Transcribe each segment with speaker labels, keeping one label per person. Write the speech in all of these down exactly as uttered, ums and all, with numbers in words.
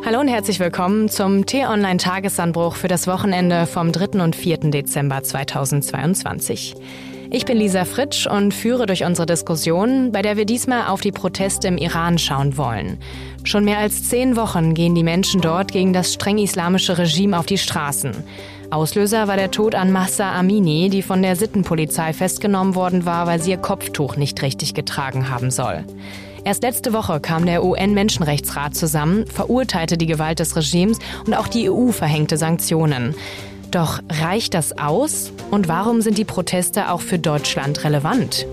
Speaker 1: Hallo und herzlich willkommen zum T-Online-Tagesanbruch für das Wochenende vom dritten und vierten Dezember zweitausendzweiundzwanzig. Ich bin Lisa Fritsch und führe durch unsere Diskussion, bei der wir diesmal auf die Proteste im Iran schauen wollen. Schon mehr als zehn Wochen gehen die Menschen dort gegen das streng islamische Regime auf die Straßen. Auslöser war der Tod an Mahsa Amini, die von der Sittenpolizei festgenommen worden war, weil sie ihr Kopftuch nicht richtig getragen haben soll. Erst letzte Woche kam der U N-Menschenrechtsrat zusammen, verurteilte die Gewalt des Regimes und auch die E U verhängte Sanktionen. Doch reicht das aus? Und warum sind die Proteste auch für Deutschland relevant?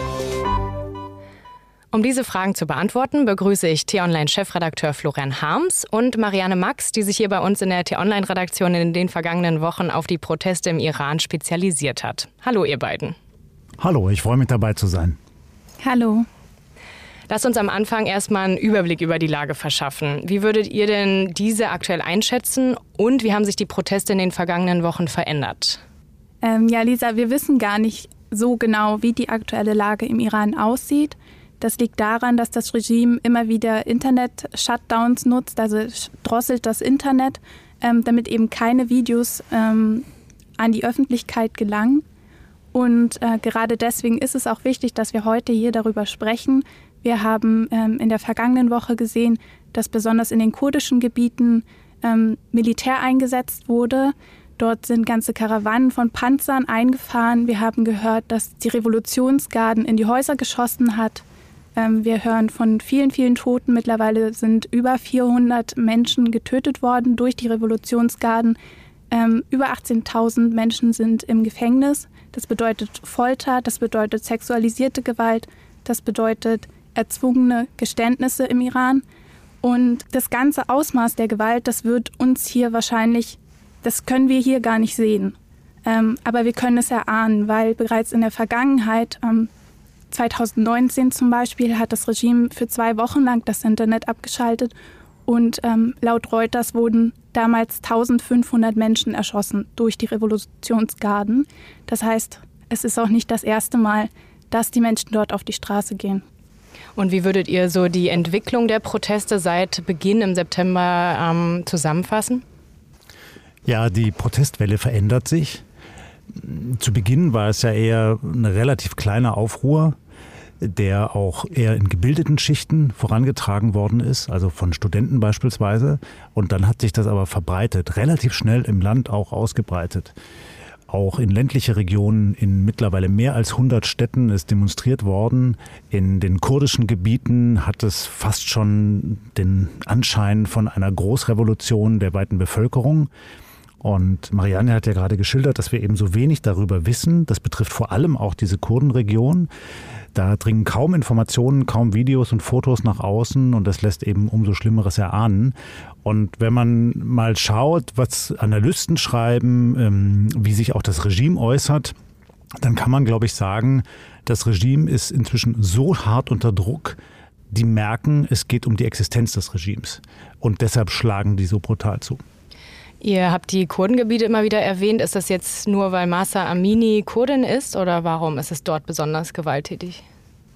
Speaker 1: Um diese Fragen zu beantworten, begrüße ich T-Online-Chefredakteur Florian Harms und Marianne Max, die sich hier bei uns in der T-Online-Redaktion in den vergangenen Wochen auf die Proteste im Iran spezialisiert hat. Hallo ihr beiden.
Speaker 2: Hallo, ich freue mich dabei zu sein.
Speaker 3: Hallo.
Speaker 1: Lasst uns am Anfang erstmal einen Überblick über die Lage verschaffen. Wie würdet ihr denn diese aktuell einschätzen und wie haben sich die Proteste in den vergangenen Wochen verändert?
Speaker 3: Ähm, ja, Lisa, wir wissen gar nicht so genau, wie die aktuelle Lage im Iran aussieht. Das liegt daran, dass das Regime immer wieder Internet-Shutdowns nutzt, also drosselt das Internet, ähm, damit eben keine Videos ähm, an die Öffentlichkeit gelangen. Und äh, gerade deswegen ist es auch wichtig, dass wir heute hier darüber sprechen. Wir haben ähm, in der vergangenen Woche gesehen, dass besonders in den kurdischen Gebieten ähm, Militär eingesetzt wurde. Dort sind ganze Karawanen von Panzern eingefahren. Wir haben gehört, dass die Revolutionsgarden in die Häuser geschossen hat. Ähm, wir hören von vielen, vielen Toten. Mittlerweile sind über vierhundert Menschen getötet worden durch die Revolutionsgarden. Ähm, über achtzehntausend Menschen sind im Gefängnis. Das bedeutet Folter, das bedeutet sexualisierte Gewalt, das bedeutet erzwungene Geständnisse im Iran. Und das ganze Ausmaß der Gewalt, das wird uns hier wahrscheinlich, das können wir hier gar nicht sehen. Ähm, aber wir können es erahnen, weil bereits in der Vergangenheit, ähm, zweitausendneunzehn zum Beispiel, hat das Regime für zwei Wochen lang das Internet abgeschaltet und ähm, laut Reuters wurden damals eintausendfünfhundert Menschen erschossen durch die Revolutionsgarden. Das heißt, es ist auch nicht das erste Mal, dass die Menschen dort auf die Straße gehen.
Speaker 1: Und wie würdet ihr so die Entwicklung der Proteste seit Beginn im September ähm, zusammenfassen?
Speaker 2: Ja, die Protestwelle verändert sich. Zu Beginn war es ja eher ein relativ kleiner Aufruhr, der auch eher in gebildeten Schichten vorangetragen worden ist, also von Studenten beispielsweise. Und dann hat sich das aber verbreitet, relativ schnell im Land auch ausgebreitet. Auch in ländliche Regionen, in mittlerweile mehr als hundert Städten ist demonstriert worden. In den kurdischen Gebieten hat es fast schon den Anschein von einer Großrevolution der weiten Bevölkerung. Und Marianne hat ja gerade geschildert, dass wir eben so wenig darüber wissen. Das betrifft vor allem auch diese Kurdenregion. Da dringen kaum Informationen, kaum Videos und Fotos nach außen und das lässt eben umso Schlimmeres erahnen. Und wenn man mal schaut, was Analysten schreiben, ähm, wie sich auch das Regime äußert, dann kann man, glaube ich, sagen, das Regime ist inzwischen so hart unter Druck, die merken, es geht um die Existenz des Regimes. Und deshalb schlagen die so brutal zu.
Speaker 1: Ihr habt die Kurdengebiete immer wieder erwähnt. Ist das jetzt nur, weil Mahsa Amini Kurdin ist oder warum ist es dort besonders gewalttätig?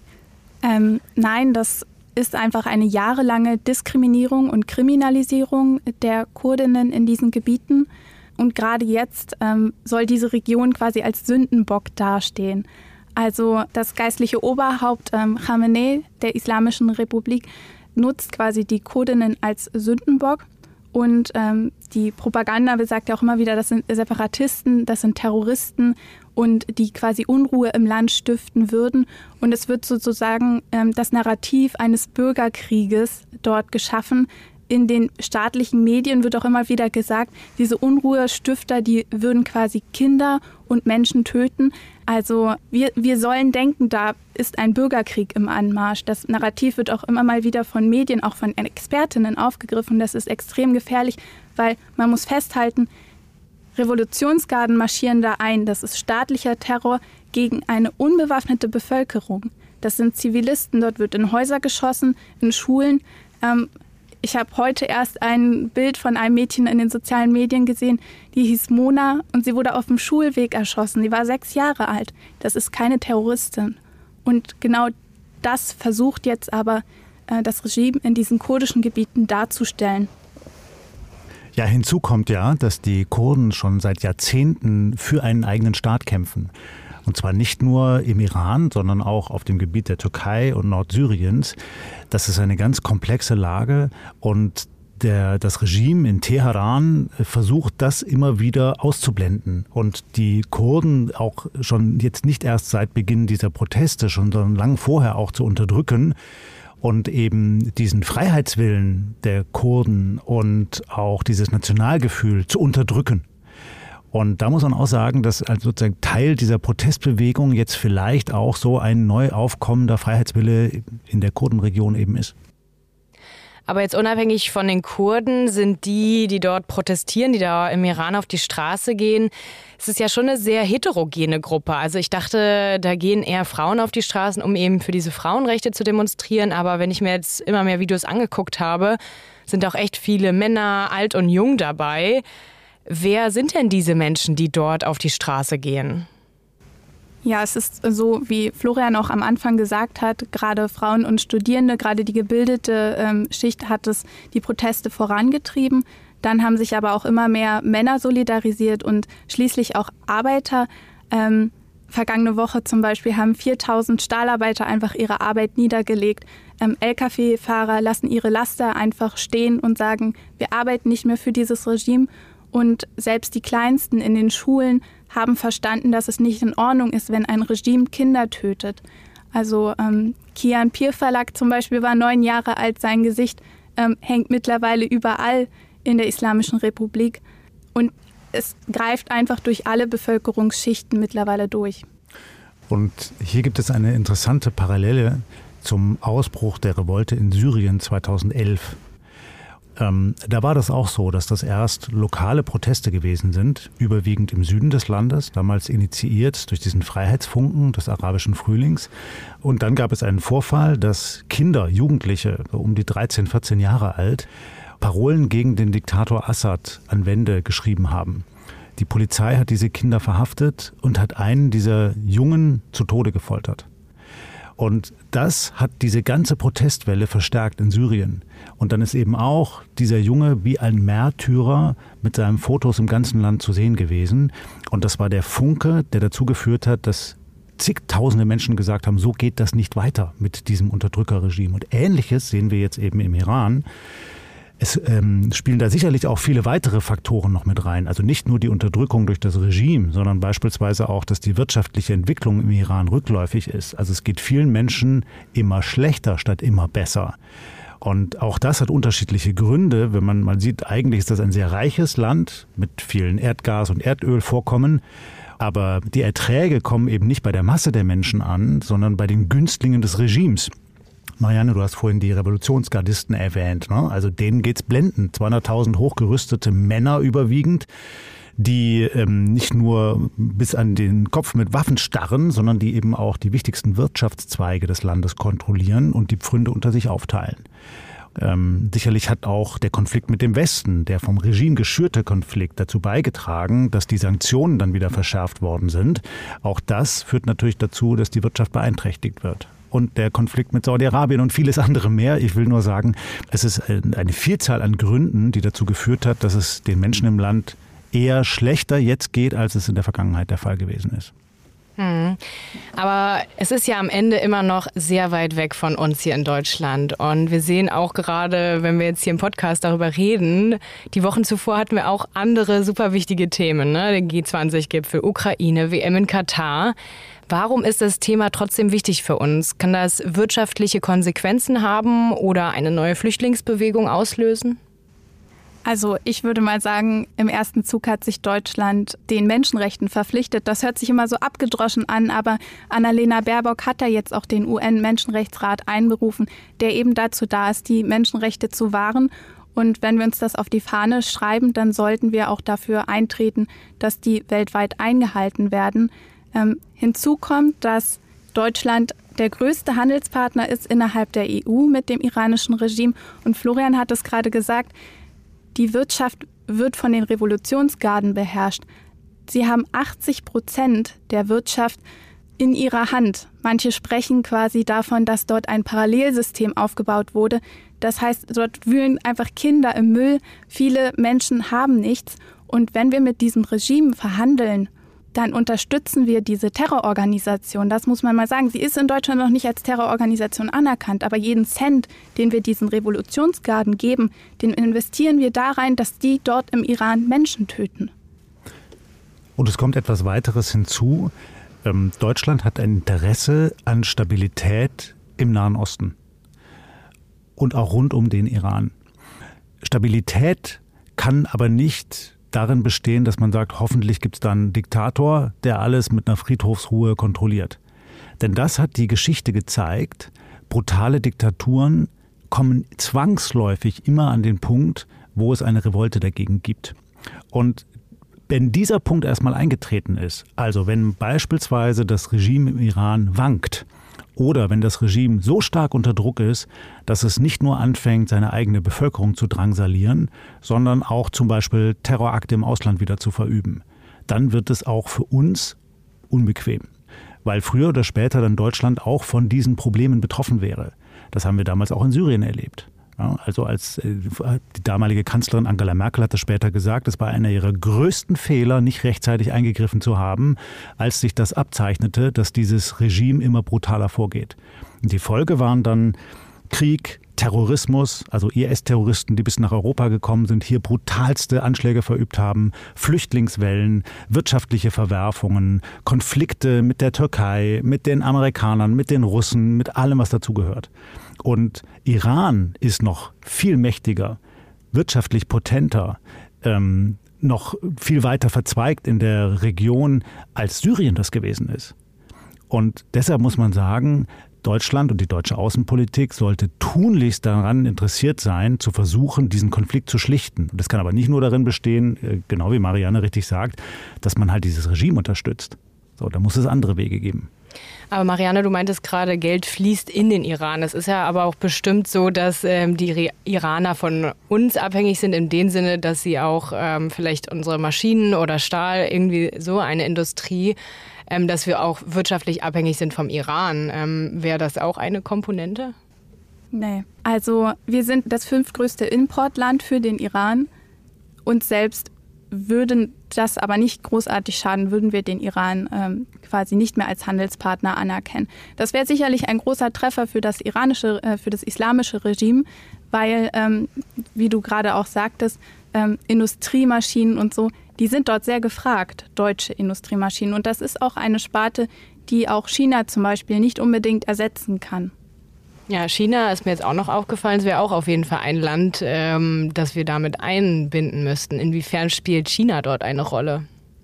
Speaker 3: Ähm, nein, das ist einfach eine jahrelange Diskriminierung und Kriminalisierung der Kurdinnen in diesen Gebieten. Und gerade jetzt ähm, soll diese Region quasi als Sündenbock dastehen. Also das geistliche Oberhaupt ähm, Khamenei der Islamischen Republik nutzt quasi die Kurdinnen als Sündenbock. Und ähm, die Propaganda besagt ja auch immer wieder, das sind Separatisten, das sind Terroristen und die quasi Unruhe im Land stiften würden. Und es wird sozusagen ähm, das Narrativ eines Bürgerkrieges dort geschaffen. In den staatlichen Medien wird auch immer wieder gesagt, diese Unruhestifter, die würden quasi Kinder und Menschen töten. Also wir, wir sollen denken, da ist ein Bürgerkrieg im Anmarsch. Das Narrativ wird auch immer mal wieder von Medien, auch von Expertinnen aufgegriffen. Das ist extrem gefährlich, weil man muss festhalten, Revolutionsgarden marschieren da ein. Das ist staatlicher Terror gegen eine unbewaffnete Bevölkerung. Das sind Zivilisten, dort wird in Häuser geschossen, in Schulen. Ähm, Ich habe heute erst ein Bild von einem Mädchen in den sozialen Medien gesehen, die hieß Mona und sie wurde auf dem Schulweg erschossen. Sie war sechs Jahre alt. Das ist keine Terroristin. Und genau das versucht jetzt aber äh, das Regime in diesen kurdischen Gebieten darzustellen.
Speaker 2: Ja, hinzu kommt ja, dass die Kurden schon seit Jahrzehnten für einen eigenen Staat kämpfen. Und zwar nicht nur im Iran, sondern auch auf dem Gebiet der Türkei und Nordsyriens. Das ist eine ganz komplexe Lage und der, das Regime in Teheran versucht, das immer wieder auszublenden. Und die Kurden auch schon jetzt nicht erst seit Beginn dieser Proteste, schon sondern lang vorher auch zu unterdrücken. Und eben diesen Freiheitswillen der Kurden und auch dieses Nationalgefühl zu unterdrücken. Und da muss man auch sagen, dass als sozusagen Teil dieser Protestbewegung jetzt vielleicht auch so ein neu aufkommender Freiheitswille in der Kurdenregion eben ist.
Speaker 1: Aber jetzt unabhängig von den Kurden sind die, die dort protestieren, die da im Iran auf die Straße gehen, es ist ja schon eine sehr heterogene Gruppe. Also ich dachte, da gehen eher Frauen auf die Straßen, um eben für diese Frauenrechte zu demonstrieren. Aber wenn ich mir jetzt immer mehr Videos angeguckt habe, sind auch echt viele Männer, alt und jung dabei. Wer sind denn diese Menschen, die dort auf die Straße gehen?
Speaker 3: Ja, es ist so, wie Florian auch am Anfang gesagt hat, gerade Frauen und Studierende, gerade die gebildete ähm, Schicht hat es die Proteste vorangetrieben. Dann haben sich aber auch immer mehr Männer solidarisiert und schließlich auch Arbeiter. Ähm, vergangene Woche zum Beispiel haben viertausend Stahlarbeiter einfach ihre Arbeit niedergelegt. Ähm, L K W-Fahrer lassen ihre Laster einfach stehen und sagen, wir arbeiten nicht mehr für dieses Regime. Und selbst die Kleinsten in den Schulen haben verstanden, dass es nicht in Ordnung ist, wenn ein Regime Kinder tötet. Also ähm, Kian Pirfalak zum Beispiel war neun Jahre alt, sein Gesicht ähm, hängt mittlerweile überall in der Islamischen Republik. Und es greift einfach durch alle Bevölkerungsschichten mittlerweile durch.
Speaker 2: Und hier gibt es eine interessante Parallele zum Ausbruch der Revolte in Syrien zweitausendelf. Ähm, da war das auch so, dass das erst lokale Proteste gewesen sind, überwiegend im Süden des Landes, damals initiiert durch diesen Freiheitsfunken des arabischen Frühlings. Und dann gab es einen Vorfall, dass Kinder, Jugendliche, so um die dreizehn, vierzehn Jahre alt, Parolen gegen den Diktator Assad an Wände geschrieben haben. Die Polizei hat diese Kinder verhaftet und hat einen dieser Jungen zu Tode gefoltert. Und das hat diese ganze Protestwelle verstärkt in Syrien. Und dann ist eben auch dieser Junge wie ein Märtyrer mit seinen Fotos im ganzen Land zu sehen gewesen. Und das war der Funke, der dazu geführt hat, dass zigtausende Menschen gesagt haben, so geht das nicht weiter mit diesem Unterdrückerregime. Und Ähnliches sehen wir jetzt eben im Iran. Es ähm, spielen da sicherlich auch viele weitere Faktoren noch mit rein. Also nicht nur die Unterdrückung durch das Regime, sondern beispielsweise auch, dass die wirtschaftliche Entwicklung im Iran rückläufig ist. Also es geht vielen Menschen immer schlechter statt immer besser. Und auch das hat unterschiedliche Gründe. Wenn man mal sieht, eigentlich ist das ein sehr reiches Land mit vielen Erdgas- und Erdölvorkommen. Aber die Erträge kommen eben nicht bei der Masse der Menschen an, sondern bei den Günstlingen des Regimes. Marianne, du hast vorhin die Revolutionsgardisten erwähnt, ne? Also denen geht's blendend. zweihunderttausend hochgerüstete Männer überwiegend, die ähm, nicht nur bis an den Kopf mit Waffen starren, sondern die eben auch die wichtigsten Wirtschaftszweige des Landes kontrollieren und die Pfründe unter sich aufteilen. Ähm, sicherlich hat auch der Konflikt mit dem Westen, der vom Regime geschürte Konflikt, dazu beigetragen, dass die Sanktionen dann wieder verschärft worden sind. Auch das führt natürlich dazu, dass die Wirtschaft beeinträchtigt wird. Und der Konflikt mit Saudi-Arabien und vieles andere mehr. Ich will nur sagen, es ist eine Vielzahl an Gründen, die dazu geführt hat, dass es den Menschen im Land eher schlechter jetzt geht, als es in der Vergangenheit der Fall gewesen ist.
Speaker 1: Hm. Aber es ist ja am Ende immer noch sehr weit weg von uns hier in Deutschland. Und wir sehen auch gerade, wenn wir jetzt hier im Podcast darüber reden, die Wochen zuvor hatten wir auch andere super wichtige Themen, ne? Den G zwanzig Gipfel, Ukraine, W M in Katar. Warum ist das Thema trotzdem wichtig für uns? Kann das wirtschaftliche Konsequenzen haben oder eine neue Flüchtlingsbewegung auslösen?
Speaker 3: Also ich würde mal sagen, im ersten Zug hat sich Deutschland den Menschenrechten verpflichtet. Das hört sich immer so abgedroschen an, aber Annalena Baerbock hat da jetzt auch den U N-Menschenrechtsrat einberufen, der eben dazu da ist, die Menschenrechte zu wahren. Und wenn wir uns das auf die Fahne schreiben, dann sollten wir auch dafür eintreten, dass die weltweit eingehalten werden. Ähm, hinzu kommt, dass Deutschland der größte Handelspartner ist innerhalb der E U mit dem iranischen Regime. Und Florian hat es gerade gesagt, die Wirtschaft wird von den Revolutionsgarden beherrscht. Sie haben achtzig Prozent der Wirtschaft in ihrer Hand. Manche sprechen quasi davon, dass dort ein Parallelsystem aufgebaut wurde. Das heißt, dort wühlen einfach Kinder im Müll. Viele Menschen haben nichts. Und wenn wir mit diesem Regime verhandeln, dann unterstützen wir diese Terrororganisation. Das muss man mal sagen. Sie ist in Deutschland noch nicht als Terrororganisation anerkannt, aber jeden Cent, den wir diesen Revolutionsgarden geben, den investieren wir da rein, dass die dort im Iran Menschen töten.
Speaker 2: Und es kommt etwas weiteres hinzu. Ähm, Deutschland hat ein Interesse an Stabilität im Nahen Osten und auch rund um den Iran. Stabilität kann aber nicht darin bestehen, dass man sagt, hoffentlich gibt es da einen Diktator, der alles mit einer Friedhofsruhe kontrolliert. Denn das hat die Geschichte gezeigt. Brutale Diktaturen kommen zwangsläufig immer an den Punkt, wo es eine Revolte dagegen gibt. Und wenn dieser Punkt erstmal eingetreten ist, also wenn beispielsweise das Regime im Iran wankt oder wenn das Regime so stark unter Druck ist, dass es nicht nur anfängt, seine eigene Bevölkerung zu drangsalieren, sondern auch zum Beispiel Terrorakte im Ausland wieder zu verüben, dann wird es auch für uns unbequem, weil früher oder später dann Deutschland auch von diesen Problemen betroffen wäre. Das haben wir damals auch in Syrien erlebt. Ja, also als äh, die damalige Kanzlerin Angela Merkel hat das später gesagt, es war einer ihrer größten Fehler, nicht rechtzeitig eingegriffen zu haben, als sich das abzeichnete, dass dieses Regime immer brutaler vorgeht. Und die Folge waren dann Krieg, Terrorismus, also I S-Terroristen, die bis nach Europa gekommen sind, hier brutalste Anschläge verübt haben, Flüchtlingswellen, wirtschaftliche Verwerfungen, Konflikte mit der Türkei, mit den Amerikanern, mit den Russen, mit allem, was dazugehört. Und Iran ist noch viel mächtiger, wirtschaftlich potenter, ähm, noch viel weiter verzweigt in der Region, als Syrien das gewesen ist. Und deshalb muss man sagen, Deutschland und die deutsche Außenpolitik sollte tunlichst daran interessiert sein, zu versuchen, diesen Konflikt zu schlichten. Das kann aber nicht nur darin bestehen, genau wie Marianne richtig sagt, dass man halt dieses Regime unterstützt. So, da muss es andere Wege geben.
Speaker 1: Aber Marianne, du meintest gerade, Geld fließt in den Iran. Es ist ja aber auch bestimmt so, dass ähm, die Re- Iraner von uns abhängig sind in dem Sinne, dass sie auch ähm, vielleicht unsere Maschinen oder Stahl, irgendwie so eine Industrie, ähm, dass wir auch wirtschaftlich abhängig sind vom Iran. Ähm, wäre das auch eine Komponente?
Speaker 3: Nee, also wir sind das fünftgrößte Importland für den Iran. Uns selbst würden das aber nicht großartig schaden, würden wir den Iran ähm, quasi nicht mehr als Handelspartner anerkennen. Das wäre sicherlich ein großer Treffer für das iranische, äh, für das islamische Regime, weil, ähm, wie du gerade auch sagtest, ähm, Industriemaschinen und so, die sind dort sehr gefragt, deutsche Industriemaschinen. Und das ist auch eine Sparte, die auch China zum Beispiel nicht unbedingt ersetzen kann.
Speaker 1: Ja, China ist mir jetzt auch noch aufgefallen. Es wäre auch auf jeden Fall ein Land, ähm, das wir damit einbinden müssten. Inwiefern spielt China dort eine Rolle?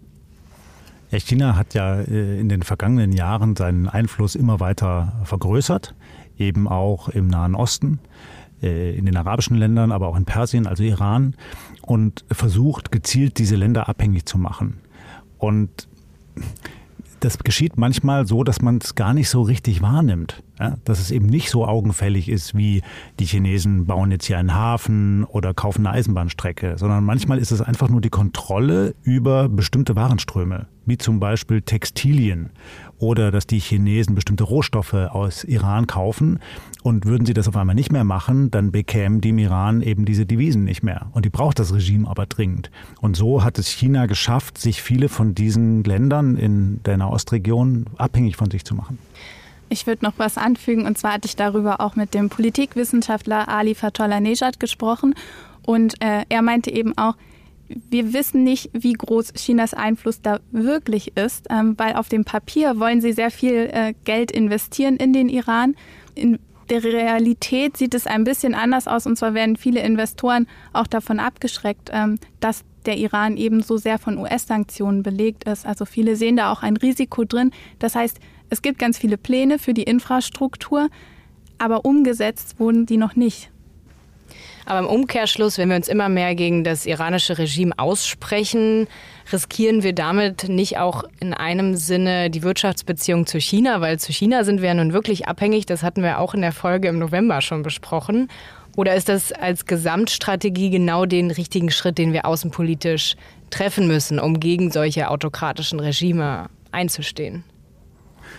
Speaker 2: Ja, China hat ja in den vergangenen Jahren seinen Einfluss immer weiter vergrößert, eben auch im Nahen Osten, in den arabischen Ländern, aber auch in Persien, also Iran, und versucht gezielt diese Länder abhängig zu machen. Und das geschieht manchmal so, dass man es gar nicht so richtig wahrnimmt. Ja? Dass es eben nicht so augenfällig ist, wie die Chinesen bauen jetzt hier einen Hafen oder kaufen eine Eisenbahnstrecke, sondern manchmal ist es einfach nur die Kontrolle über bestimmte Warenströme, wie zum Beispiel Textilien oder dass die Chinesen bestimmte Rohstoffe aus Iran kaufen. Und würden sie das auf einmal nicht mehr machen, dann bekämen die im Iran eben diese Devisen nicht mehr. Und die braucht das Regime aber dringend. Und so hat es China geschafft, sich viele von diesen Ländern in der Nahostregion abhängig von sich zu machen.
Speaker 3: Ich würde noch was anfügen. Und zwar hatte ich darüber auch mit dem Politikwissenschaftler Ali Fatollah-Nejad gesprochen. Und äh, er meinte eben auch, wir wissen nicht, wie groß Chinas Einfluss da wirklich ist, ähm, weil auf dem Papier wollen sie sehr viel äh, Geld investieren in den Iran. In der Realität sieht es ein bisschen anders aus, und zwar werden viele Investoren auch davon abgeschreckt, ähm, dass der Iran eben so sehr von U S-Sanktionen belegt ist. Also viele sehen da auch ein Risiko drin. Das heißt, es gibt ganz viele Pläne für die Infrastruktur, aber umgesetzt wurden die noch nicht.
Speaker 1: Aber im Umkehrschluss, wenn wir uns immer mehr gegen das iranische Regime aussprechen, riskieren wir damit nicht auch in einem Sinne die Wirtschaftsbeziehung zu China? Weil zu China sind wir ja nun wirklich abhängig. Das hatten wir auch in der Folge im November schon besprochen. Oder ist das als Gesamtstrategie genau den richtigen Schritt, den wir außenpolitisch treffen müssen, um gegen solche autokratischen Regime einzustehen?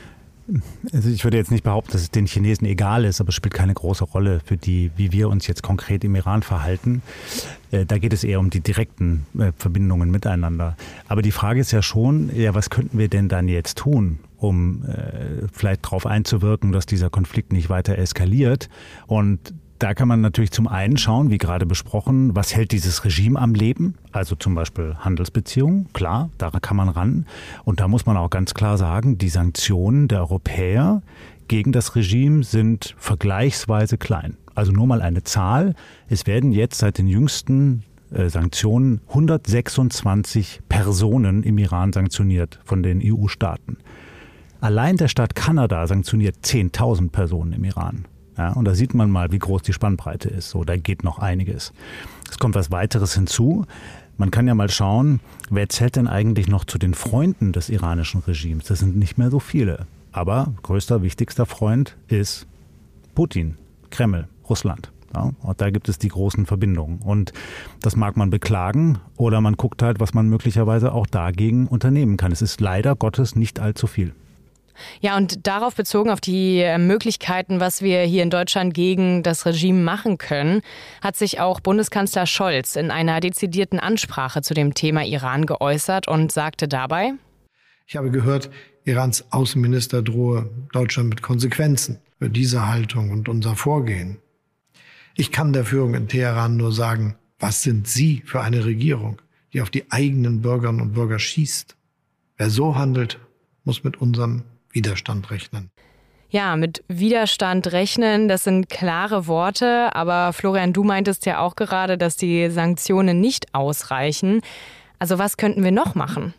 Speaker 2: Also ich würde jetzt nicht behaupten, dass es den Chinesen egal ist, aber es spielt keine große Rolle für die, wie wir uns jetzt konkret im Iran verhalten. Äh, da geht es eher um die direkten äh, Verbindungen miteinander. Aber die Frage ist ja schon, ja, was könnten wir denn dann jetzt tun, um äh, vielleicht darauf einzuwirken, dass dieser Konflikt nicht weiter eskaliert? Und da kann man natürlich zum einen schauen, wie gerade besprochen, was hält dieses Regime am Leben? Also zum Beispiel Handelsbeziehungen, klar, da kann man ran. Und da muss man auch ganz klar sagen, die Sanktionen der Europäer gegen das Regime sind vergleichsweise klein. Also nur mal eine Zahl. Es werden jetzt seit den jüngsten äh, Sanktionen hundertsechsundzwanzig Personen im Iran sanktioniert von den E U-Staaten. Allein der Staat Kanada sanktioniert zehntausend Personen im Iran. Ja, und da sieht man mal, wie groß die Spannbreite ist. So, da geht noch einiges. Es kommt was weiteres hinzu. Man kann ja mal schauen, wer zählt denn eigentlich noch zu den Freunden des iranischen Regimes? Das sind nicht mehr so viele. Aber größter, wichtigster Freund ist Putin, Kreml, Russland. Ja, und da gibt es die großen Verbindungen. Und das mag man beklagen oder man guckt halt, was man möglicherweise auch dagegen unternehmen kann. Es ist leider Gottes nicht allzu viel.
Speaker 1: Ja, und darauf bezogen auf die Möglichkeiten, was wir hier in Deutschland gegen das Regime machen können, hat sich auch Bundeskanzler Scholz in einer dezidierten Ansprache zu dem Thema Iran geäußert und sagte dabei:
Speaker 4: Ich habe gehört, Irans Außenminister drohe Deutschland mit Konsequenzen für diese Haltung und unser Vorgehen. Ich kann der Führung in Teheran nur sagen, was sind Sie für eine Regierung, die auf die eigenen Bürgerinnen und Bürger schießt? Wer so handelt, muss mit unserem Widerstand rechnen.
Speaker 1: Ja, mit Widerstand rechnen, das sind klare Worte. Aber Florian, du meintest ja auch gerade, dass die Sanktionen nicht ausreichen. Also was könnten wir noch machen?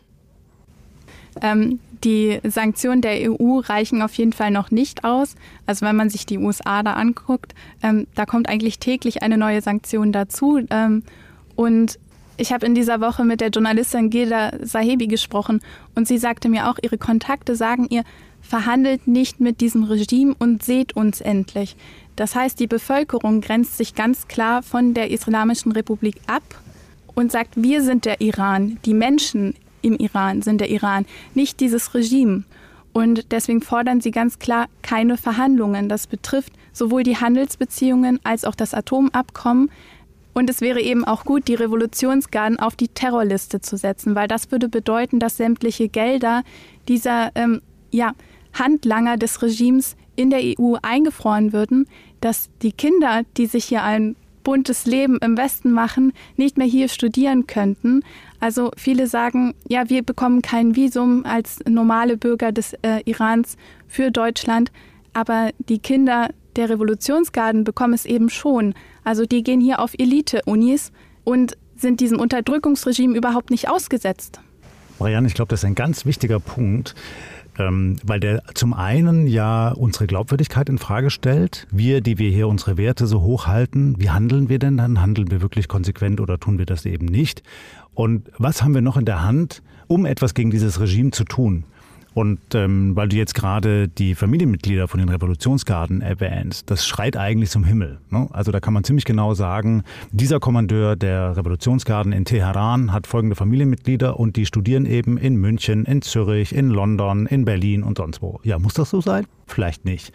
Speaker 3: Ähm, die Sanktionen der E U reichen auf jeden Fall noch nicht aus. Also wenn man sich die U S A da anguckt, ähm, da kommt eigentlich täglich eine neue Sanktion dazu. Ähm, und ich habe in dieser Woche mit der Journalistin Gilda Sahebi gesprochen und sie sagte mir auch, ihre Kontakte sagen ihr, verhandelt nicht mit diesem Regime und seht uns endlich. Das heißt, die Bevölkerung grenzt sich ganz klar von der Islamischen Republik ab und sagt, wir sind der Iran, die Menschen im Iran sind der Iran, nicht dieses Regime. Und deswegen fordern sie ganz klar keine Verhandlungen. Das betrifft sowohl die Handelsbeziehungen als auch das Atomabkommen. Und es wäre eben auch gut, die Revolutionsgarden auf die Terrorliste zu setzen, weil das würde bedeuten, dass sämtliche Gelder dieser ähm, ja, Handlanger des Regimes in der E U eingefroren würden, dass die Kinder, die sich hier ein buntes Leben im Westen machen, nicht mehr hier studieren könnten. Also viele sagen, ja, wir bekommen kein Visum als normale Bürger des äh, Irans für Deutschland, aber die Kinder der Revolutionsgarden bekommen es eben schon. Also die gehen hier auf Elite-Unis und sind diesem Unterdrückungsregime überhaupt nicht ausgesetzt.
Speaker 2: Marianne, ich glaube, das ist ein ganz wichtiger Punkt, ähm, weil der zum einen ja unsere Glaubwürdigkeit in Frage stellt. Wir, die wir hier unsere Werte so hoch halten, wie handeln wir denn dann? Handeln wir wirklich konsequent oder tun wir das eben nicht? Und was haben wir noch in der Hand, um etwas gegen dieses Regime zu tun? Und ähm, weil du jetzt gerade die Familienmitglieder von den Revolutionsgarden erwähnst, das schreit eigentlich zum Himmel. Ne? Also da kann man ziemlich genau sagen, dieser Kommandeur der Revolutionsgarden in Teheran hat folgende Familienmitglieder und die studieren eben in München, in Zürich, in London, in Berlin und sonst wo. Ja, muss das so sein? Vielleicht nicht.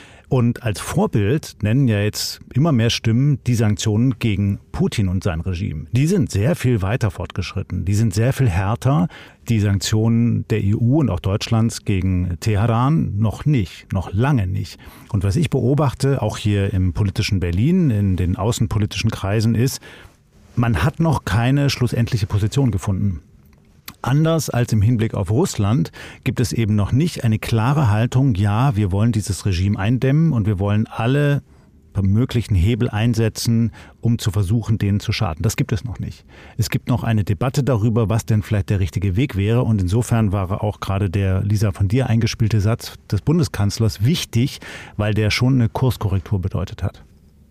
Speaker 2: Und als Vorbild nennen ja jetzt immer mehr Stimmen die Sanktionen gegen Putin und sein Regime. Die sind sehr viel weiter fortgeschritten. Die sind sehr viel härter. Die Sanktionen der E U und auch Deutschlands gegen Teheran noch nicht, noch lange nicht. Und was ich beobachte, auch hier im politischen Berlin, in den außenpolitischen Kreisen, ist, man hat noch keine schlussendliche Position gefunden. Anders als im Hinblick auf Russland gibt es eben noch nicht eine klare Haltung, ja, wir wollen dieses Regime eindämmen und wir wollen alle möglichen Hebel einsetzen, um zu versuchen, denen zu schaden. Das gibt es noch nicht. Es gibt noch eine Debatte darüber, was denn vielleicht der richtige Weg wäre. Und insofern war auch gerade der, Lisa, von dir eingespielte Satz des Bundeskanzlers wichtig, weil der schon eine Kurskorrektur bedeutet hat.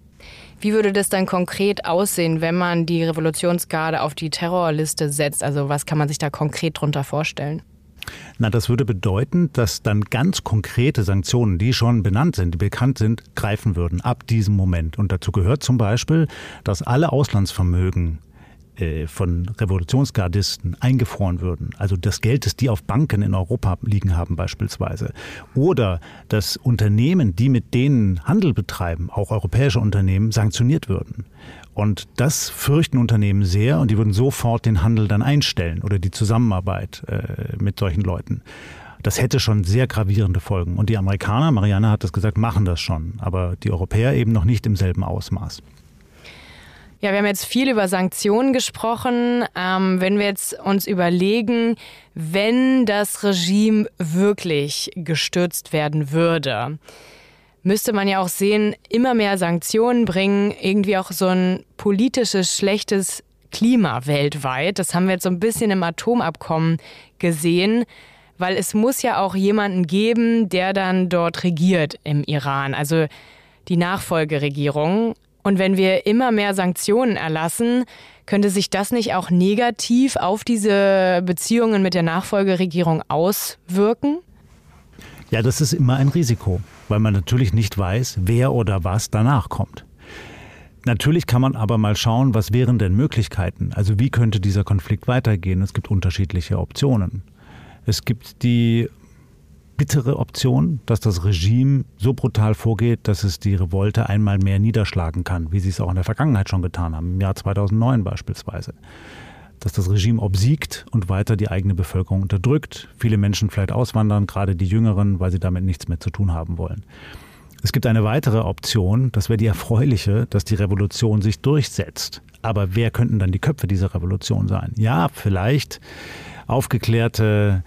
Speaker 1: Wie würde das dann konkret aussehen, wenn man die Revolutionsgarde auf die Terrorliste setzt? Also was kann man sich da konkret drunter vorstellen?
Speaker 2: Na, das würde bedeuten, dass dann ganz konkrete Sanktionen, die schon benannt sind, die bekannt sind, greifen würden ab diesem Moment. Und dazu gehört zum Beispiel, dass alle Auslandsvermögen äh, von Revolutionsgardisten eingefroren würden, also das Geld, das die auf Banken in Europa liegen haben beispielsweise, oder dass Unternehmen, die mit denen Handel betreiben, auch europäische Unternehmen, sanktioniert würden. Und das fürchten Unternehmen sehr und die würden sofort den Handel dann einstellen oder die Zusammenarbeit äh, mit solchen Leuten. Das hätte schon sehr gravierende Folgen. Und die Amerikaner, Marianne hat das gesagt, machen das schon, aber die Europäer eben noch nicht im selben Ausmaß.
Speaker 1: Ja, wir haben jetzt viel über Sanktionen gesprochen. Ähm, wenn wir jetzt uns überlegen, wenn das Regime wirklich gestürzt werden würde, müsste man ja auch sehen, immer mehr Sanktionen bringen irgendwie auch so ein politisches, schlechtes Klima weltweit. Das haben wir jetzt so ein bisschen im Atomabkommen gesehen, weil es muss ja auch jemanden geben, der dann dort regiert im Iran, also die Nachfolgeregierung. Und wenn wir immer mehr Sanktionen erlassen, könnte sich das nicht auch negativ auf diese Beziehungen mit der Nachfolgeregierung auswirken?
Speaker 2: Ja, das ist immer ein Risiko, weil man natürlich nicht weiß, wer oder was danach kommt. Natürlich kann man aber mal schauen, was wären denn Möglichkeiten? Also wie könnte dieser Konflikt weitergehen? Es gibt unterschiedliche Optionen. Es gibt die bittere Option, dass das Regime so brutal vorgeht, dass es die Revolte einmal mehr niederschlagen kann, wie sie es auch in der Vergangenheit schon getan haben, im Jahr zweitausendneun beispielsweise. Dass das Regime obsiegt und weiter die eigene Bevölkerung unterdrückt, viele Menschen vielleicht auswandern, gerade die Jüngeren, weil sie damit nichts mehr zu tun haben wollen. Es gibt eine weitere Option, das wäre die erfreuliche, dass die Revolution sich durchsetzt. Aber wer könnten dann die Köpfe dieser Revolution sein? Ja, vielleicht aufgeklärte,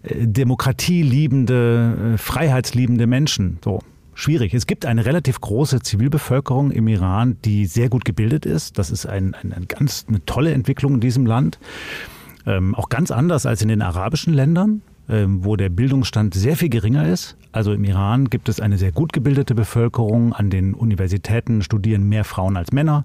Speaker 2: demokratieliebende, freiheitsliebende Menschen. So, schwierig. Es gibt eine relativ große Zivilbevölkerung im Iran, die sehr gut gebildet ist. Das ist ein, ein, ein ganz, eine tolle Entwicklung in diesem Land. Ähm, auch ganz anders als in den arabischen Ländern, ähm, wo der Bildungsstand sehr viel geringer ist. Also im Iran gibt es eine sehr gut gebildete Bevölkerung. An den Universitäten studieren mehr Frauen als Männer.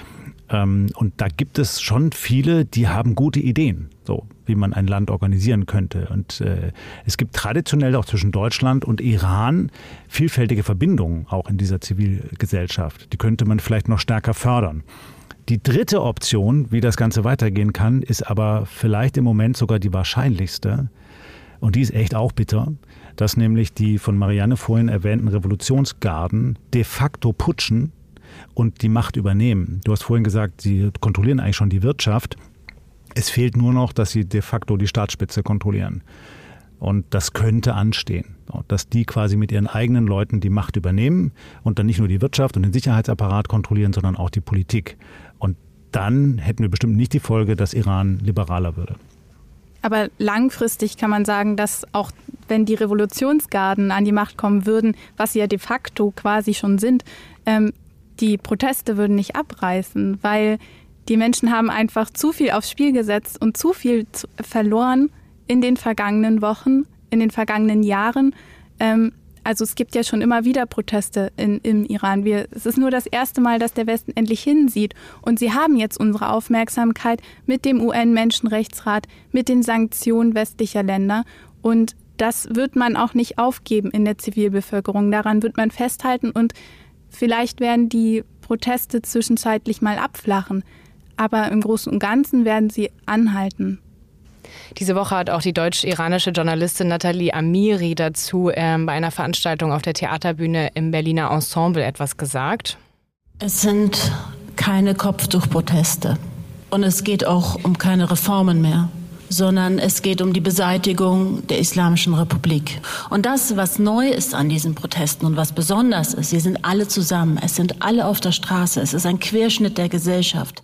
Speaker 2: Ähm, und da gibt es schon viele, die haben gute Ideen, so wie man ein Land organisieren könnte. Und äh, es gibt traditionell auch zwischen Deutschland und Iran vielfältige Verbindungen auch in dieser Zivilgesellschaft. Die könnte man vielleicht noch stärker fördern. Die dritte Option, wie das Ganze weitergehen kann, ist aber vielleicht im Moment sogar die wahrscheinlichste. Und die ist echt auch bitter, dass nämlich die von Marianne vorhin erwähnten Revolutionsgarden de facto putschen und die Macht übernehmen. Du hast vorhin gesagt, sie kontrollieren eigentlich schon die Wirtschaft. Es fehlt nur noch, dass sie de facto die Staatsspitze kontrollieren. Und das könnte anstehen, dass die quasi mit ihren eigenen Leuten die Macht übernehmen und dann nicht nur die Wirtschaft und den Sicherheitsapparat kontrollieren, sondern auch die Politik. Und dann hätten wir bestimmt nicht die Folge, dass Iran liberaler würde.
Speaker 3: Aber langfristig kann man sagen, dass auch wenn die Revolutionsgarden an die Macht kommen würden, was sie ja de facto quasi schon sind, ähm, die Proteste würden nicht abreißen, weil die Menschen haben einfach zu viel aufs Spiel gesetzt und zu viel zu, verloren in den vergangenen Wochen, in den vergangenen Jahren. Ähm, also es gibt ja schon immer wieder Proteste in, im Iran. Wir, es ist nur das erste Mal, dass der Westen endlich hinsieht. Und sie haben jetzt unsere Aufmerksamkeit mit dem U N-Menschenrechtsrat, mit den Sanktionen westlicher Länder. Und das wird man auch nicht aufgeben in der Zivilbevölkerung. Daran wird man festhalten und vielleicht werden die Proteste zwischenzeitlich mal abflachen. Aber im Großen und Ganzen werden sie anhalten.
Speaker 1: Diese Woche hat auch die deutsch-iranische Journalistin Nathalie Amiri dazu ähm, bei einer Veranstaltung auf der Theaterbühne im Berliner Ensemble etwas gesagt.
Speaker 5: Es sind keine Kopftuchproteste und es geht auch um keine Reformen mehr, sondern es geht um die Beseitigung der Islamischen Republik. Und das, was neu ist an diesen Protesten und was besonders ist, sie sind alle zusammen, es sind alle auf der Straße, es ist ein Querschnitt der Gesellschaft.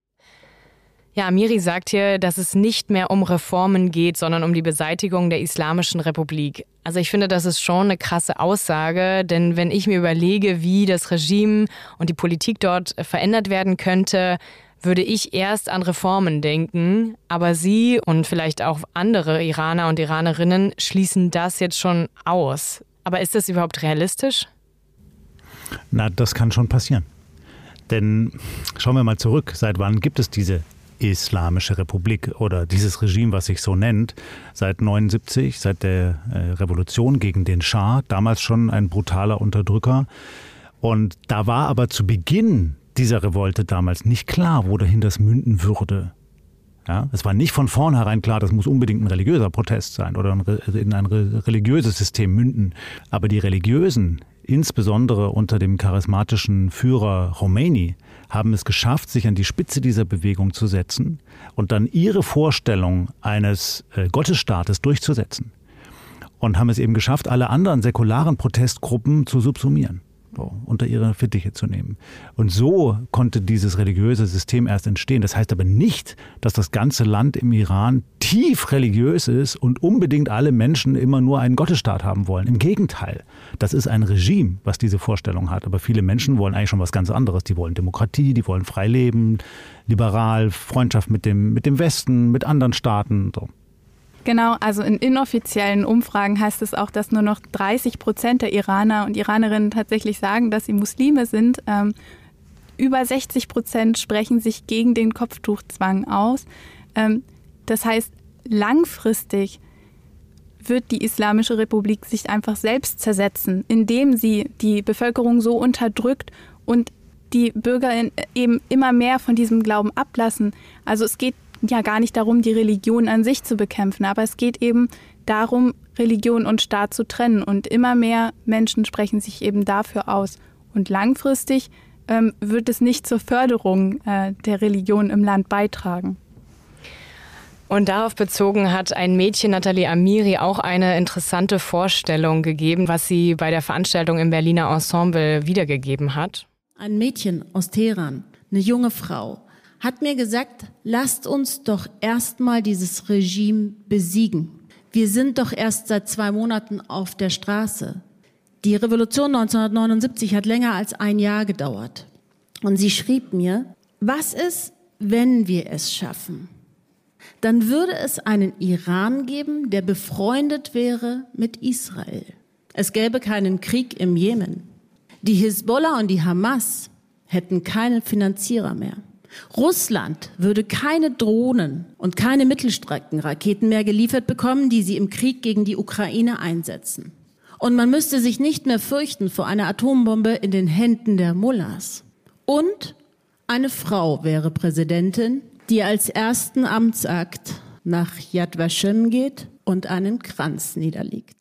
Speaker 1: Ja, Amiri sagt hier, dass es nicht mehr um Reformen geht, sondern um die Beseitigung der Islamischen Republik. Also ich finde, das ist schon eine krasse Aussage, denn wenn ich mir überlege, wie das Regime und die Politik dort verändert werden könnte, würde ich erst an Reformen denken. Aber Sie und vielleicht auch andere Iraner und Iranerinnen schließen das jetzt schon aus. Aber ist das überhaupt realistisch?
Speaker 2: Na, das kann schon passieren. Denn schauen wir mal zurück, seit wann gibt es diese Islamische Republik oder dieses Regime, was sich so nennt, seit neunundsiebzig, seit der äh, Revolution gegen den Schah, damals schon ein brutaler Unterdrücker. Und da war aber zu Beginn dieser Revolte damals nicht klar, wohin das münden würde. Ja, es war nicht von vornherein klar, das muss unbedingt ein religiöser Protest sein oder in ein religiöses System münden. Aber die Religiösen, insbesondere unter dem charismatischen Führer Khomeini, haben es geschafft, sich an die Spitze dieser Bewegung zu setzen und dann ihre Vorstellung eines Gottesstaates durchzusetzen. Und haben es eben geschafft, alle anderen säkularen Protestgruppen zu subsumieren, so, unter ihre Fittiche zu nehmen. Und so konnte dieses religiöse System erst entstehen. Das heißt aber nicht, dass das ganze Land im Iran tief religiös ist und unbedingt alle Menschen immer nur einen Gottesstaat haben wollen. Im Gegenteil, das ist ein Regime, was diese Vorstellung hat. Aber viele Menschen wollen eigentlich schon was ganz anderes. Die wollen Demokratie, die wollen frei leben, liberal, Freundschaft mit dem, mit dem Westen, mit anderen Staaten. So.
Speaker 3: Genau, also in inoffiziellen Umfragen heißt es auch, dass nur noch dreißig Prozent der Iraner und Iranerinnen tatsächlich sagen, dass sie Muslime sind. Ähm, über sechzig Prozent sprechen sich gegen den Kopftuchzwang aus. Ähm, das heißt, langfristig wird die Islamische Republik sich einfach selbst zersetzen, indem sie die Bevölkerung so unterdrückt und die Bürger eben immer mehr von diesem Glauben ablassen. Also es geht ja gar nicht darum, die Religion an sich zu bekämpfen, aber es geht eben darum, Religion und Staat zu trennen. Und immer mehr Menschen sprechen sich eben dafür aus. Und langfristig ähm, wird es nicht zur Förderung äh, der Religion im Land beitragen.
Speaker 1: Und darauf bezogen hat ein Mädchen, Nathalie Amiri, auch eine interessante Vorstellung gegeben, was sie bei der Veranstaltung im Berliner Ensemble wiedergegeben hat.
Speaker 5: Ein Mädchen aus Teheran, eine junge Frau, hat mir gesagt, lasst uns doch erstmal dieses Regime besiegen. Wir sind doch erst seit zwei Monaten auf der Straße. Die Revolution neunzehnhundertneunundsiebzig hat länger als ein Jahr gedauert. Und sie schrieb mir, was ist, wenn wir es schaffen? Dann würde es einen Iran geben, der befreundet wäre mit Israel. Es gäbe keinen Krieg im Jemen. Die Hisbollah und die Hamas hätten keinen Finanzierer mehr. Russland würde keine Drohnen und keine Mittelstreckenraketen mehr geliefert bekommen, die sie im Krieg gegen die Ukraine einsetzen. Und man müsste sich nicht mehr fürchten vor einer Atombombe in den Händen der Mullahs. Und eine Frau wäre Präsidentin, die als ersten Amtsakt nach Yad Vashem geht und einen Kranz niederlegt.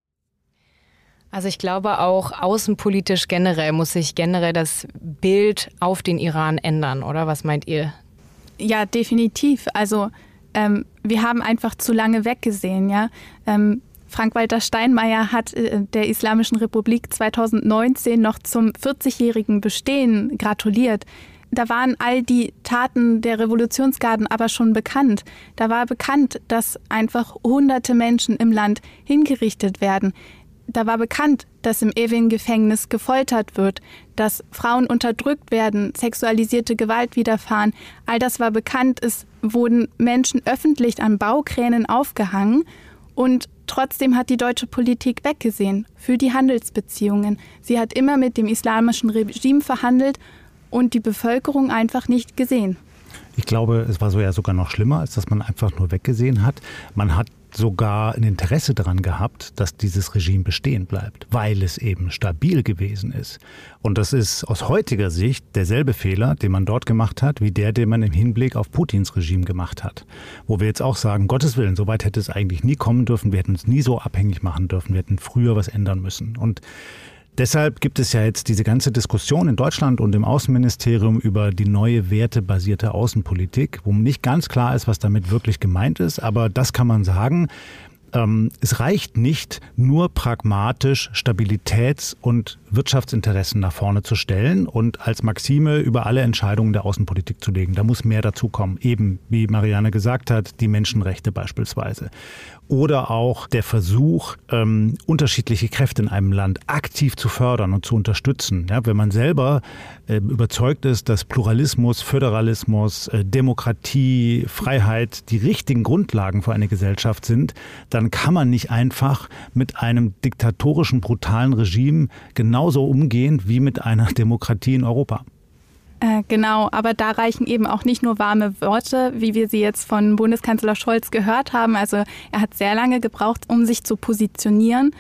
Speaker 1: Also ich glaube auch außenpolitisch generell muss sich generell das Bild auf den Iran ändern, oder? Was meint ihr?
Speaker 3: Ja, definitiv. Also ähm, wir haben einfach zu lange weggesehen. Ja? Ähm, Frank-Walter Steinmeier hat äh, der Islamischen Republik zweitausendneunzehn noch zum vierzigjährigen Bestehen gratuliert. Da waren all die Taten der Revolutionsgarden aber schon bekannt. Da war bekannt, dass einfach hunderte Menschen im Land hingerichtet werden. Da war bekannt, dass im Evin-Gefängnis gefoltert wird, dass Frauen unterdrückt werden, sexualisierte Gewalt widerfahren. All das war bekannt. Es wurden Menschen öffentlich an Baukränen aufgehangen. Und trotzdem hat die deutsche Politik weggesehen für die Handelsbeziehungen. Sie hat immer mit dem islamischen Regime verhandelt und die Bevölkerung einfach nicht gesehen.
Speaker 2: Ich glaube, es war so ja sogar noch schlimmer, als dass man einfach nur weggesehen hat. Man hat sogar ein Interesse daran gehabt, dass dieses Regime bestehen bleibt, weil es eben stabil gewesen ist. Und das ist aus heutiger Sicht derselbe Fehler, den man dort gemacht hat, wie der, den man im Hinblick auf Putins Regime gemacht hat. Wo wir jetzt auch sagen, Gottes Willen, so weit hätte es eigentlich nie kommen dürfen, wir hätten uns nie so abhängig machen dürfen, wir hätten früher was ändern müssen. Und deshalb gibt es ja jetzt diese ganze Diskussion in Deutschland und im Außenministerium über die neue wertebasierte Außenpolitik, wo nicht ganz klar ist, was damit wirklich gemeint ist. Aber das kann man sagen. Ähm, es reicht nicht, nur pragmatisch Stabilitäts- und Wirtschaftsinteressen nach vorne zu stellen und als Maxime über alle Entscheidungen der Außenpolitik zu legen. Da muss mehr dazukommen. Eben, wie Marianne gesagt hat, die Menschenrechte beispielsweise. Oder auch der Versuch, ähm, unterschiedliche Kräfte in einem Land aktiv zu fördern und zu unterstützen. Ja, wenn man selber äh, überzeugt ist, dass Pluralismus, Föderalismus, äh, Demokratie, Freiheit die richtigen Grundlagen für eine Gesellschaft sind, dann kann man nicht einfach mit einem diktatorischen, brutalen Regime genauso umgehen wie mit einer Demokratie in Europa.
Speaker 3: Äh, genau, aber da reichen eben auch nicht nur warme Worte, wie wir sie jetzt von Bundeskanzler Scholz gehört haben. Also er hat sehr lange gebraucht, um sich zu positionieren.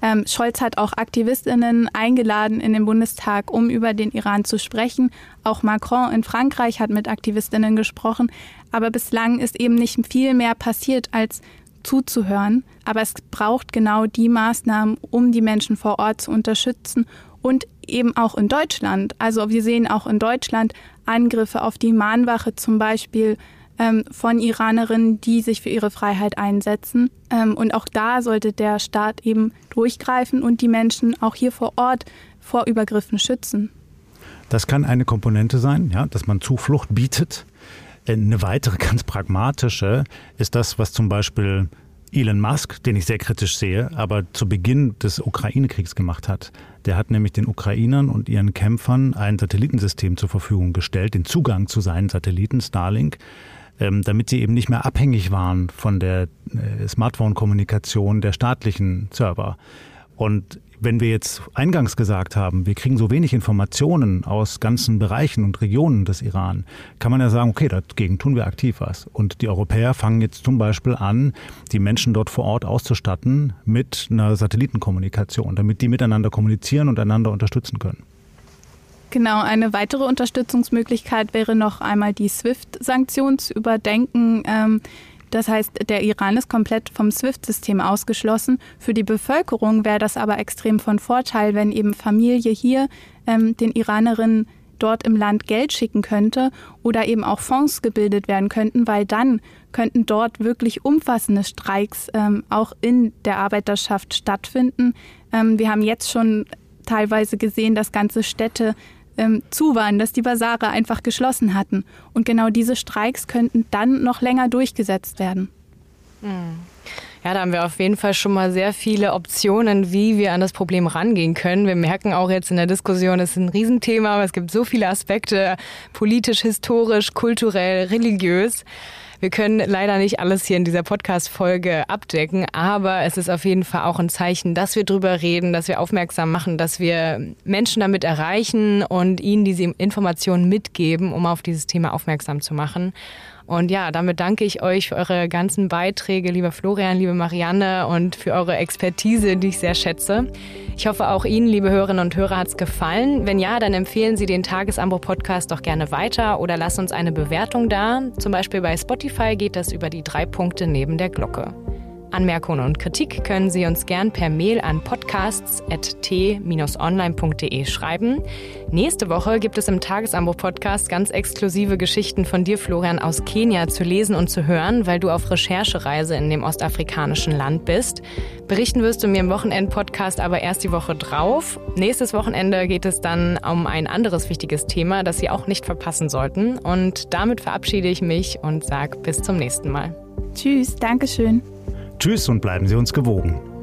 Speaker 3: Ähm, Scholz hat auch AktivistInnen eingeladen in den Bundestag, um über den Iran zu sprechen. Auch Macron in Frankreich hat mit AktivistInnen gesprochen. Aber bislang ist eben nicht viel mehr passiert, als zuzuhören. Aber es braucht genau die Maßnahmen, um die Menschen vor Ort zu unterstützen und eben auch in Deutschland. Also wir sehen auch in Deutschland Angriffe auf die Mahnwache zum Beispiel ähm, von Iranerinnen, die sich für ihre Freiheit einsetzen. Ähm, und auch da sollte der Staat eben durchgreifen und die Menschen auch hier vor Ort vor Übergriffen schützen.
Speaker 2: Das kann eine Komponente sein, ja, dass man Zuflucht bietet. Eine weitere ganz pragmatische ist das, was zum Beispiel Elon Musk, den ich sehr kritisch sehe, aber zu Beginn des Ukraine-Kriegs gemacht hat. Der hat nämlich den Ukrainern und ihren Kämpfern ein Satellitensystem zur Verfügung gestellt, den Zugang zu seinen Satelliten, Starlink, damit sie eben nicht mehr abhängig waren von der Smartphone-Kommunikation der staatlichen Server. Und wenn wir jetzt eingangs gesagt haben, wir kriegen so wenig Informationen aus ganzen Bereichen und Regionen des Iran, kann man ja sagen, okay, dagegen tun wir aktiv was. Und die Europäer fangen jetzt zum Beispiel an, die Menschen dort vor Ort auszustatten mit einer Satellitenkommunikation, damit die miteinander kommunizieren und einander unterstützen können.
Speaker 3: Genau, eine weitere Unterstützungsmöglichkeit wäre noch einmal die SWIFT-Sanktionen zu überdenken. Ähm, Das heißt, der Iran ist komplett vom SWIFT-System ausgeschlossen. Für die Bevölkerung wäre das aber extrem von Vorteil, wenn eben Familie hier ähm, den Iranerinnen dort im Land Geld schicken könnte oder eben auch Fonds gebildet werden könnten, weil dann könnten dort wirklich umfassende Streiks ähm, auch in der Arbeiterschaft stattfinden. Ähm, wir haben jetzt schon teilweise gesehen, dass ganze Städte Ähm, zu waren, dass die Basare einfach geschlossen hatten. Und genau diese Streiks könnten dann noch länger durchgesetzt werden.
Speaker 1: Ja, da haben wir auf jeden Fall schon mal sehr viele Optionen, wie wir an das Problem rangehen können. Wir merken auch jetzt in der Diskussion, es ist ein Riesenthema, aber es gibt so viele Aspekte, politisch, historisch, kulturell, religiös. Wir können leider nicht alles hier in dieser Podcast-Folge abdecken, aber es ist auf jeden Fall auch ein Zeichen, dass wir drüber reden, dass wir aufmerksam machen, dass wir Menschen damit erreichen und ihnen diese Informationen mitgeben, um auf dieses Thema aufmerksam zu machen. Und ja, damit danke ich euch für eure ganzen Beiträge, lieber Florian, liebe Marianne, und für eure Expertise, die ich sehr schätze. Ich hoffe, auch Ihnen, liebe Hörerinnen und Hörer, hat es gefallen. Wenn ja, dann empfehlen Sie den Tagesanbruch-Podcast doch gerne weiter oder lasst uns eine Bewertung da. Zum Beispiel bei Spotify geht das über die drei Punkte neben der Glocke. Anmerkungen und Kritik können Sie uns gern per Mail an podcasts at t dash online punkt de schreiben. Nächste Woche gibt es im Tagesanbruch-Podcast ganz exklusive Geschichten von dir, Florian, aus Kenia zu lesen und zu hören, weil du auf Recherchereise in dem ostafrikanischen Land bist. Berichten wirst du mir im Wochenend-Podcast aber erst die Woche drauf. Nächstes Wochenende geht es dann um ein anderes wichtiges Thema, das Sie auch nicht verpassen sollten. Und damit verabschiede ich mich und sage bis zum nächsten Mal.
Speaker 3: Tschüss, Dankeschön.
Speaker 2: Tschüss und bleiben Sie uns gewogen.